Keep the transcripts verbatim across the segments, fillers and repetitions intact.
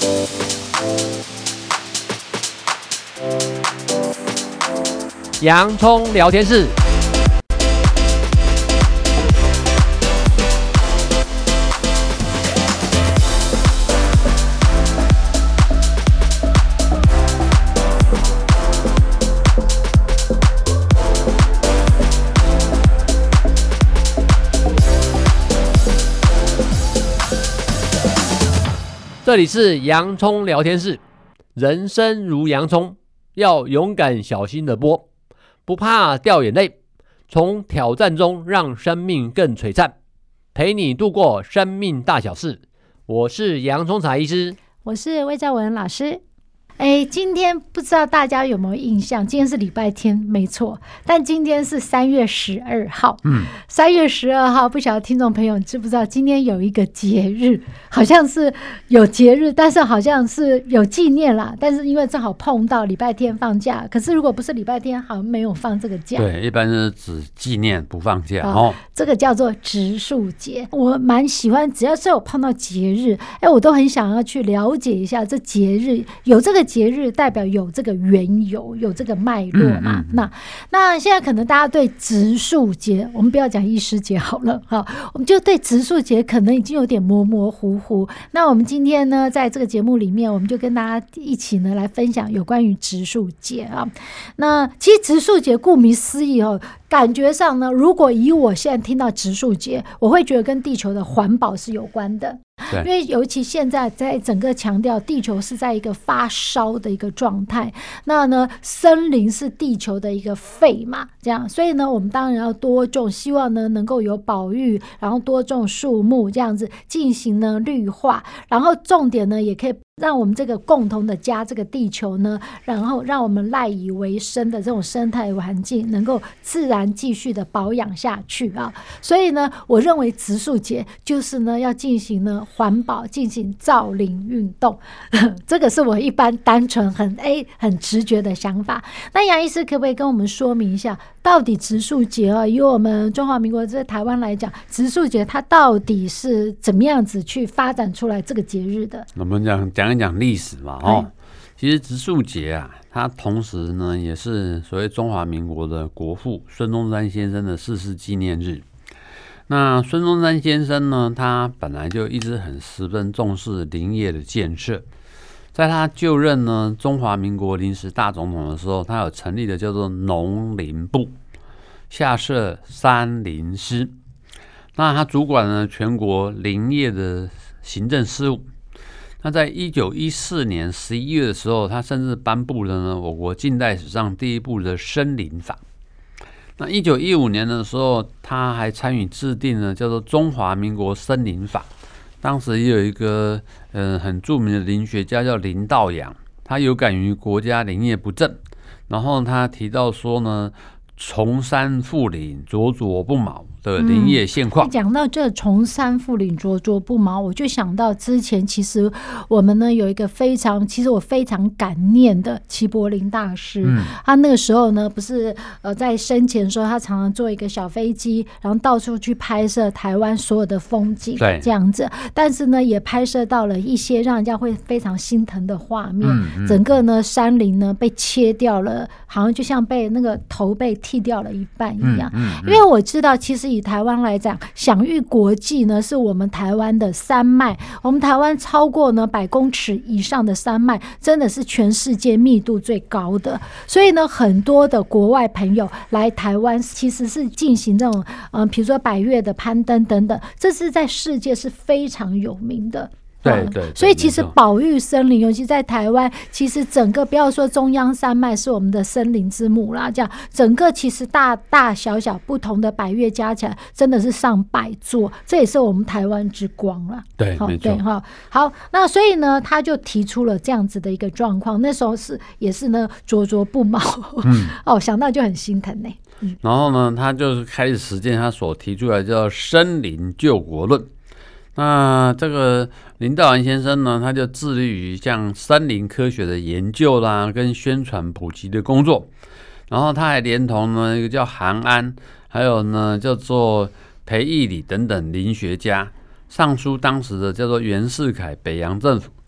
洋葱聊天室。这里是洋葱聊天室，人生如洋葱，要勇敢小心的剥，不怕掉眼泪，从挑战中让生命更璀璨，陪你度过生命大小事。我是洋葱茶医师， 我是魏兆文老师。哎，今天不知道大家有没有印象？今天是礼拜天，没错，但今天是三月十二号。嗯，三月十二号，不晓得听众朋友你知不知道，今天有一个节日，好像是有节日，但是好像是有纪念啦。但是因为正好碰到礼拜天放假，可是如果不是礼拜天，好像没有放这个假。 对，一般是只纪念不放假哦。 这个叫做植树节，我蛮喜欢，只要是有碰到节日，哎，我都很想要去了解一下这节日有这个。节日代表有这个缘由，有这个脉络嘛？嗯嗯、那那现在可能大家对植树节，我们不要讲医师节好了，哈，我们就对植树节可能已经有点模模糊糊。那我们今天呢，在这个节目里面，我们就跟大家一起呢来分享有关于植树节啊。那其实植树节顾名思义哦。感觉上呢，如果以我现在听到植树节，我会觉得跟地球的环保是有关的。因为尤其现在在整个强调地球是在一个发烧的一个状态，那呢森林是地球的一个肺嘛，这样，所以呢我们当然要多种，希望呢能够有保育，然后多种树木，这样子进行呢绿化，然后重点呢也可以让我们这个共同的家这个地球呢，然后让我们赖以为生的这种生态环境能够自然继续的保养下去啊。所以呢我认为植树节就是呢要进行呢环保，进行造林运动这个是我一般单纯很哎很直觉的想法。那杨医师可不可以跟我们说明一下，到底植树节啊，以我们中华民国在台湾来讲，植树节它到底是怎么样子去发展出来这个节日的？ 我们讲讲一讲历史嘛，哦，其实植树节啊，它同时呢也是所谓中华民国的国父孙中山先生的逝世纪念日。那孙中山先生呢，他本来就一直很十分重视林业的建设。在他就任呢中华民国临时大总统的时候，他有成立的叫做农林部，下设山林司。那他主管呢全国林业的行政事务。那在一九一四年十一月的时候，他甚至颁布了呢我国近代史上第一部的森林法。那一九一五年的时候，他还参与制定了叫做中华民国森林法。当时也有一个呃很著名的林学家叫林道阳，他有感于国家林业不振，然后他提到说呢，崇山复林，灼灼不毛的林业现况。 讲、嗯、到这崇山复林，灼灼不毛，我就想到之前其实我们呢有一个非常，其实我非常感念的齐柏林大师。嗯、他那个时候呢，不是呃在生前的时候，他常常坐一个小飞机，然后到处去拍摄台湾所有的风景，这样子。但是呢，也拍摄到了一些让人家会非常心疼的画面。嗯嗯、整个呢山林呢被切掉了，好像就像被那个头被剃掉了一半一样。嗯嗯嗯、因为我知道，其实以台湾来讲，享誉国际呢是我们台湾的山脉，我们台湾超过呢百公尺以上的山脉，真的是全世界密度最高的。所以呢，很多的国外朋友来台湾，其实是进行这种嗯，比如说百岳的攀登等等，这是在世界是非常有名的。 对 对, 对， 所以其实保育森林，尤其在台湾，其实整个不要说中央山脉是我们的森林之母啦，这样整个其实大大小小不同的百岳加起来，真的是上百座，这也是我们台湾之光啦。 对，没错。 好，好，那所以呢，他就提出了这样子的一个状况，那时候是也是呢灼灼不毛，嗯、哦，想到就很心疼呢、欸。 嗯、然后呢，他就是开始实践他所提出来叫森林救国论。那这个林道阳先生呢，他就致力于像森林科学的研究啦，跟宣传普及的工作。然后他还连同呢一个叫韩安，还有呢叫做裴义礼等等林学家，上书当时的叫做袁世凯北洋政府，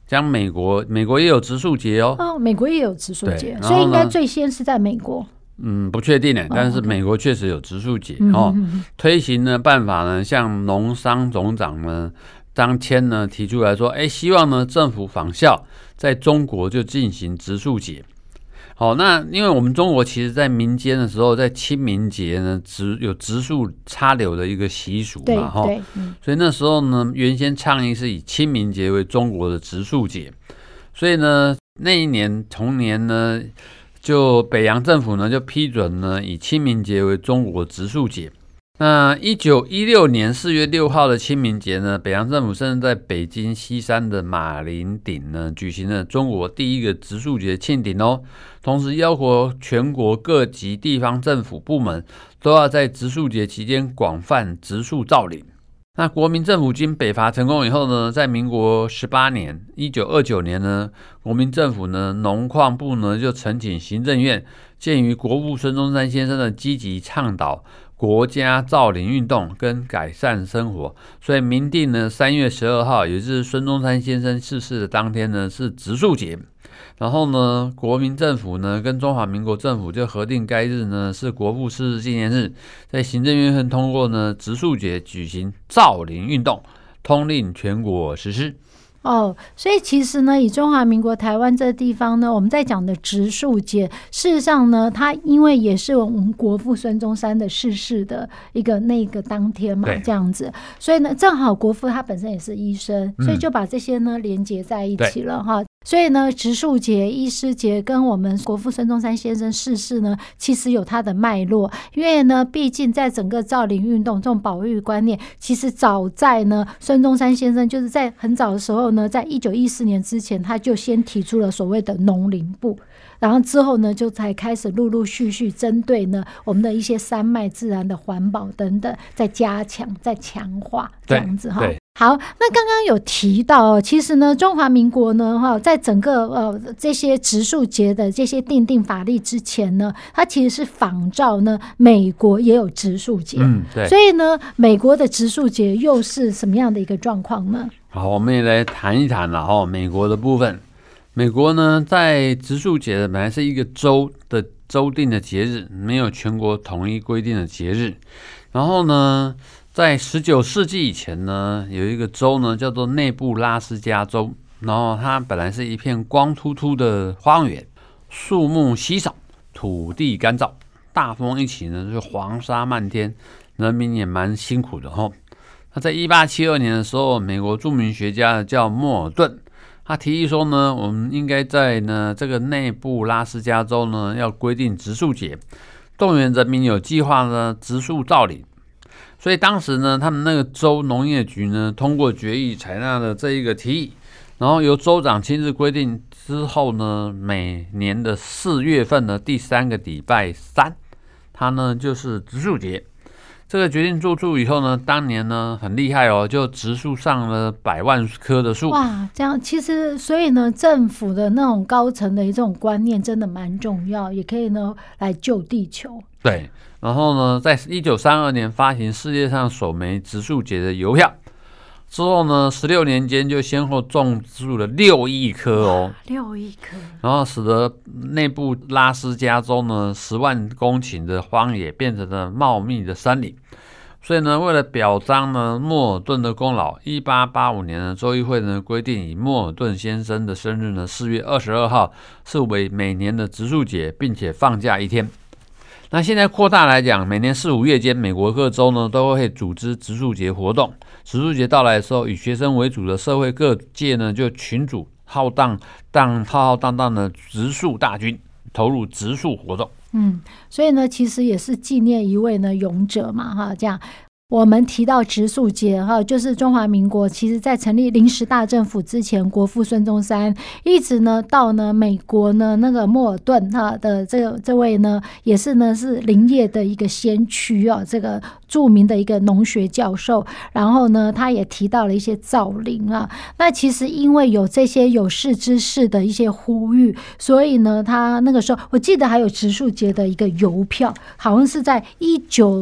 将美国美国也有植树节哦， 哦，美国也有植树节， 对所以应该最先是在美国。 嗯，不确定呢，但是美国确实有植树节、哦嗯嗯、 推行的办法呢，像农商总长呢张骞呢提出来说，哎，希望呢政府仿效，在中国就进行植树节。好，那因为我们中国其实在民间的时候，在清明节呢植有植树插柳的一个习俗嘛，哈、嗯，所以那时候呢，原先倡议是以清明节为中国的植树节，所以呢那一年同年呢。就北洋政府呢就批准呢以清明节为中国植树节。那一九一六年四月六号的清明节呢，北洋政府甚至在北京西山的马林顶呢举行了中国第一个植树节庆典哦，同时要求全国各级地方政府部门都要在植树节期间广泛植树造林。那国民政府经北伐成功以后呢，在民国十八年一九二九年呢，国民政府呢农矿部呢就呈请行政院，鉴于国父孙中山先生的积极倡导国家造林运动跟改善生活，所以明定呢三月十二号，也就是孙中山先生逝世的当天呢是植树节。然后呢，国民政府呢跟中华民国政府就核定该日呢是国父逝世纪念日，在行政院会通过呢植树节举行造林运动，通令全国实施。 哦，所以其实呢，以中华民国台湾这个地方呢，我们在讲的植树节，事实上呢，它因为也是我们国父孙中山的逝世的一个那个当天嘛，这样子，所以呢，正好国父他本身也是医生，所以就把这些呢连结在一起了哈。所以呢，植树节、医师节跟我们国父孙中山先生逝世呢，其实有它的脉络。因为呢，毕竟在整个造林运动这种保育观念，其实早在呢孙中山先生就是在很早的时候呢，在一九一四年之前，他就先提出了所谓的农林部。然后之后呢，就才开始陆陆续续针对呢我们的一些山脉自然的环保等等，再加强、再强化这样子哈。好，那刚刚有提到，其实呢，中华民国呢，哈，在整个呃这些植树节的这些订定法律之前呢，它其实是仿照呢美国也有植树节， 嗯，对。 所以呢，美国的植树节又是什么样的一个状况呢？ 好，我们也来谈一谈了哈，美国的部分。美国呢，在植树节本来是一个州的州定的节日，没有全国统一规定的节日。然后呢，在十九世纪以前呢，有一个州呢叫做内布拉斯加州，然后它本来是一片光秃秃的荒原，树木稀少，土地干燥，大风一起呢就黄沙漫天，人民也蛮辛苦的哈。那在一八七二年的时候，美国著名学家叫莫尔顿。他提议说呢，我们应该在呢这个内布拉斯加州呢要规定植树节，动员人民有计划呢植树造林。所以当时呢，他们那个州农业局呢通过决议采纳了这一个提议，然后由州长亲自规定之后呢，每年的四月份的第三个礼拜三，它呢就是植树节。这个决定做出以后呢，当年呢很厉害哦，就植树上了百万棵的树。 哇，这样其实所以呢，政府的那种高层的一种观念真的蛮重要，也可以呢来救地球。 对，然后呢，在一九三二年发行世界上首枚植树节的邮票。之后呢，十六年间就先后种树了六亿棵哦， 六亿棵， 然后使得内布拉斯加州呢十万公顷的荒野变成了茂密的森林。所以呢，为了表彰呢莫尔顿的功劳，一八八五年的州议会呢规定，以莫尔顿先生的生日呢四月二十二号是为每年的植树节，并且放假一天。那现在扩大来讲，每年四五月间，美国各州呢都会组织植树节活动。植树节到来的时候，以学生为主的社会各界呢就群组浩荡荡浩浩荡荡的植树大军，投入植树活动。 嗯，所以呢，其实也是纪念一位呢勇者嘛，哈，这样。我们提到植树节哈，就是中华民国其实在成立临时大政府之前，国父孙中山一直呢到呢美国呢那个莫尔顿哈的这个这位呢也是呢是林业的一个先驱啊，这个著名的一个农学教授，然后呢他也提到了一些造林啊。那其实因为有这些有识之士的一些呼吁，所以呢他那个时候我记得还有植树节的一个邮票，好像是在一九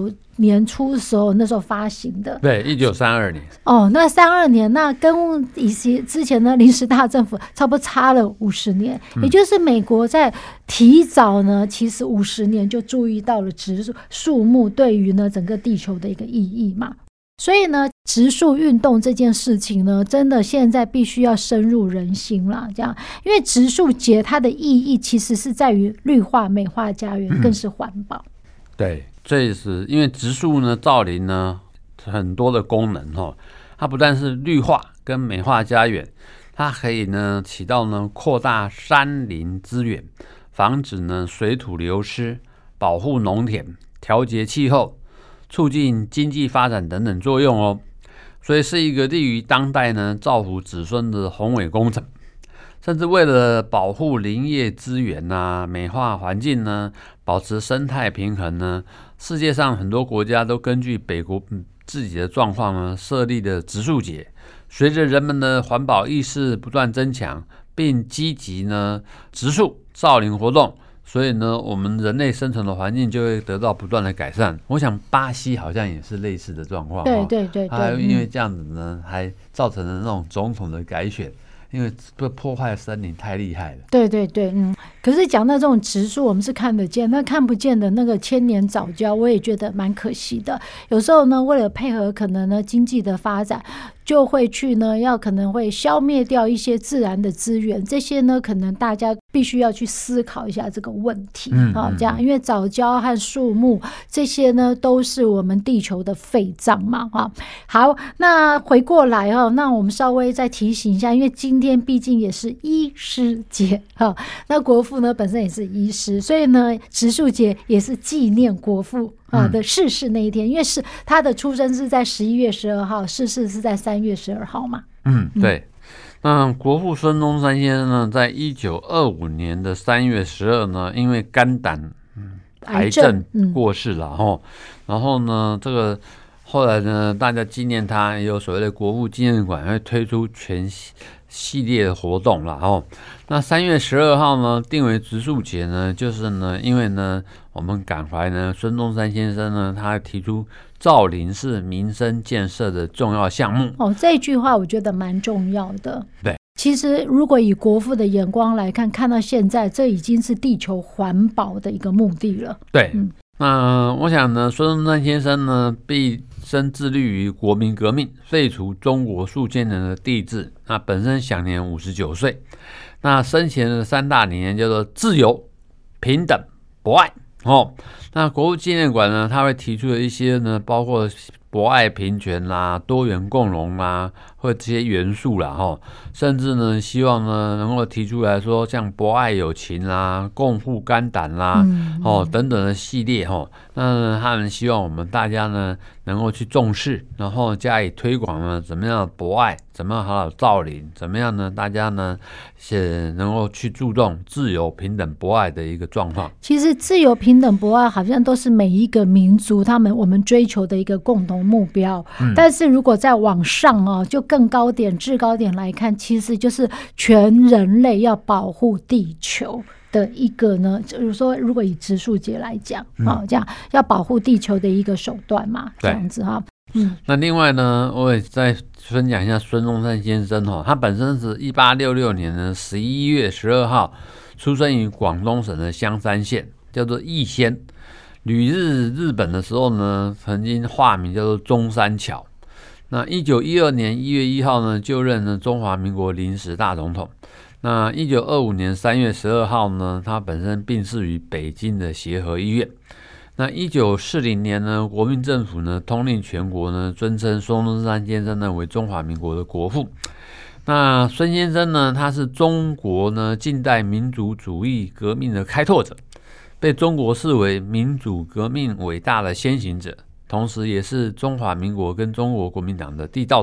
年初的时候，那时候发行的。 对，一九三二年。 哦，那三二年，那跟以前之前的临时大政府差不多差了五十年，嗯、也就是美国在提早呢，其实五十年就注意到了植树树木对于呢整个地球的一个意义嘛。所以呢，植树运动这件事情呢，真的现在必须要深入人心了。这样，因为植树节它的意义其实是在于绿化、美化家园，更是环保。 嗯、对，这是因为植树呢，造林呢很多的功能哦，它不但是绿化跟美化家园，它可以呢起到呢扩大山林资源，防止呢水土流失，保护农田，调节气候，促进经济发展等等作用哦，所以是一个利于当代呢造福子孙的宏伟工程。甚至为了保护林业资源啊，美化环境呢，保持生态平衡呢，世界上很多国家都根据北国自己的状况呢，设立了植树节。随着人们的环保意识不断增强，并积极呢植树造林活动，所以呢，我们人类生存的环境就会得到不断的改善。我想巴西好像也是类似的状况， 对对对对， 还因为这样子呢，嗯、还造成了那种总统的改选。因为被破坏森林太厉害了。 对对对，嗯。可是讲到这种植树，我们是看得见，那看不见的那个千年早教，我也觉得蛮可惜的。有时候呢，为了配合可能呢经济的发展，就会去呢要可能会消灭掉一些自然的资源，这些呢可能大家必须要去思考一下这个问题。嗯，好、哦，这样，因为早教和树木这些呢都是我们地球的肺脏嘛，哈、哦。好，那回过来哦，那我们稍微再提醒一下，因为今天毕竟也是医师节哈、哦，那国父呢本身也是医师，所以呢植树节也是纪念国父啊的逝世那一天，因为是他的出生是在十一月十二号，逝世是在三月十二号嘛。 嗯，对。那国父孙中山先生呢，在一九二五年的三月十二呢，因为肝胆、嗯、癌症过世了哈、嗯。然后呢，这个后来呢，大家纪念他，也有所谓的国父纪念馆会推出全系列的活动了哈。那三月十二号呢，定为植树节呢，就是呢，因为呢，我们感怀呢，孙中山先生呢，他提出造林是民生建设的重要项目。 哦，这句话我觉得蛮重要的。 对， 其实如果以国父的眼光来看，看到现在，这已经是地球环保的一个目的了。 对，嗯、那我想呢，孙中山先生呢，毕生致力于国民革命，废除中国数千年的帝制。那本身享年五十九岁。那生前的三大理念叫做自由、平等、博爱。哦，那国父纪念馆呢，他会提出的一些呢，包括博爱平权啦、多元共荣啦，或这些元素啦，哈，甚至呢，希望呢能够提出来说，像博爱友情啦、共护肝胆啦，嗯、哦等等的系列哈。那他们希望我们大家呢能够去重视，然后加以推广呢，怎么样博爱，怎么样好好造林，怎么样呢？大家呢是能够去注重自由、平等、博爱的一个状况。 其实自由、平等、博爱好像都是每一个民族他们我们追求的一个共同目标。嗯、但是如果再往上哦，就更高点、制高点来看，其实就是全人类要保护地球的一个呢，就是说，如果以植树节来讲，嗯、哦，这样要保护地球的一个手段嘛，这样子哈。 嗯，那另外呢，我也再分享一下孙中山先生哈，他本身是一八六六年的十一月十二号出生于广东省的香山县，叫做逸仙。旅日日本的时候呢，曾经化名叫做中山桥。那一九一二年一月一号呢，就任了中华民国临时大总统。那一九二五年三月十二号呢，他本身病逝于北京的协和医院。那一九四零年呢，国民政府呢通令全国呢尊称孙中山先生呢为中华民国的国父。那孙先生呢，他是中国呢近代民族主义革命的开拓者，被中国视为民主革命伟大的先行者，同时也是中华民国跟中国国民党的缔造者。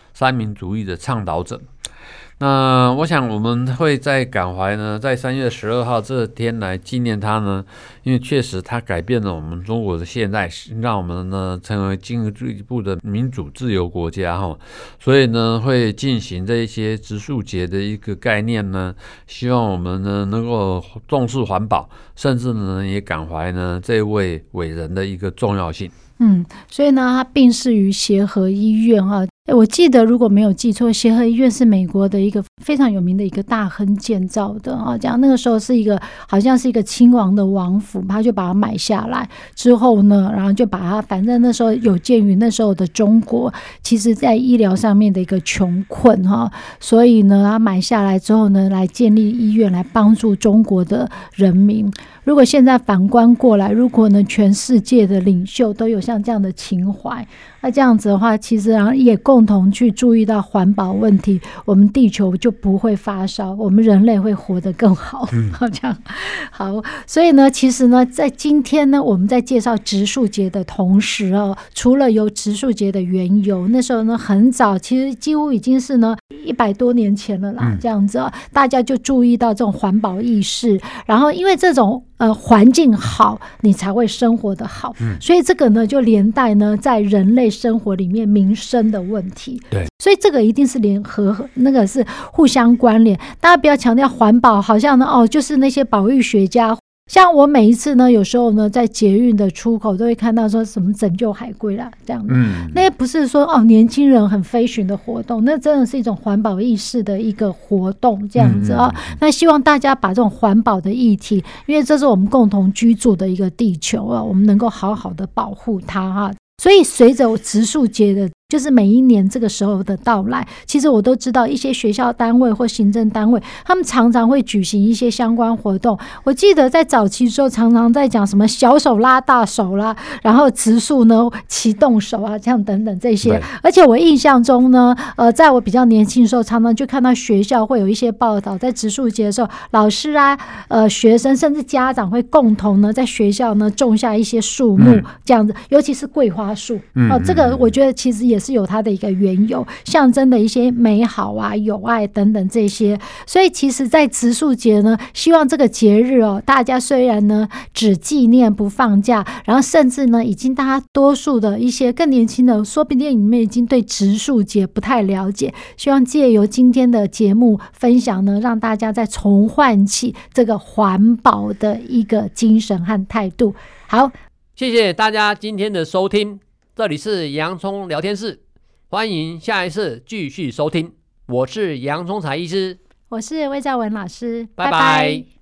三民主义的倡导者。那我想我们会在感怀呢，在三月十二号这天来纪念他呢，因为确实他改变了我们中国的现代史，让我们呢成为进一步的民主自由国家哈，所以呢会进行这一些植树节的一个概念呢，希望我们呢能够重视环保，甚至呢也感怀呢这位伟人的一个重要性。 嗯，所以呢，他病逝于协和医院哈。我记得如果没有记错，协和医院是美国的一个非常有名的一个大亨建造的啊。这样那个时候是一个好像是一个亲王的王府，他就把它买下来之后呢，然后就把它，反正那时候有鉴于那时候的中国，其实在医疗上面的一个穷困哈，所以呢，他买下来之后呢，来建立医院来帮助中国的人民。如果现在反观过来，如果呢全世界的领袖都有像这样的情怀，那这样子的话，其实然后也共同去注意到环保问题，我们地球就不会发烧，我们人类会活得更好。 嗯， 好这样好，所以呢，其实呢，在今天呢，我们在介绍植树节的同时哦，除了有植树节的缘由，那时候呢很早，其实几乎已经是呢一百多年前了啦， 嗯、 这样子、哦，大家就注意到这种环保意识，然后因为这种。呃，环境好，你才会生活得好。嗯，所以这个呢，就连带呢，在人类生活里面民生的问题。 对， 所以这个一定是联合，那个是互相关联。大家不要强调环保，好像呢，哦，就是那些保育学家。像我每一次呢，有时候呢，在捷运的出口都会看到说什么拯救海龟啦这样的，嗯，那也不是说哦年轻人很飞寻的活动，那真的是一种环保意识的一个活动这样子啊、哦。那希望大家把这种环保的议题，因为这是我们共同居住的一个地球啊，我们能够好好的保护它哈。所以随着植树节的就是每一年这个时候的到来，其实我都知道一些学校单位或行政单位，他们常常会举行一些相关活动。我记得在早期的时候，常常在讲什么小手拉大手啦，然后植树呢齐动手啊，这样等等这些。而且我印象中呢，呃，在我比较年轻的时候，常常就看到学校会有一些报道，在植树节的时候，老师啊、呃学生甚至家长会共同呢在学校呢种下一些树木，嗯、这样子，尤其是桂花树。哦，这个我觉得其实也是有它的一个缘由，象征的一些美好啊、友爱等等这些。所以其实在植树节呢，希望这个节日哦，大家虽然呢只纪念不放假，然后甚至呢已经大家多数的一些更年轻的，说不定你们已经对植树节不太了解，希望借由今天的节目分享呢，让大家再重唤起这个环保的一个精神和态度。好， 谢谢大家今天的收听，这里是洋葱聊天室，欢迎下一次继续收听。我是洋葱茶医师， 我是魏兆文老师， 拜拜。 拜拜。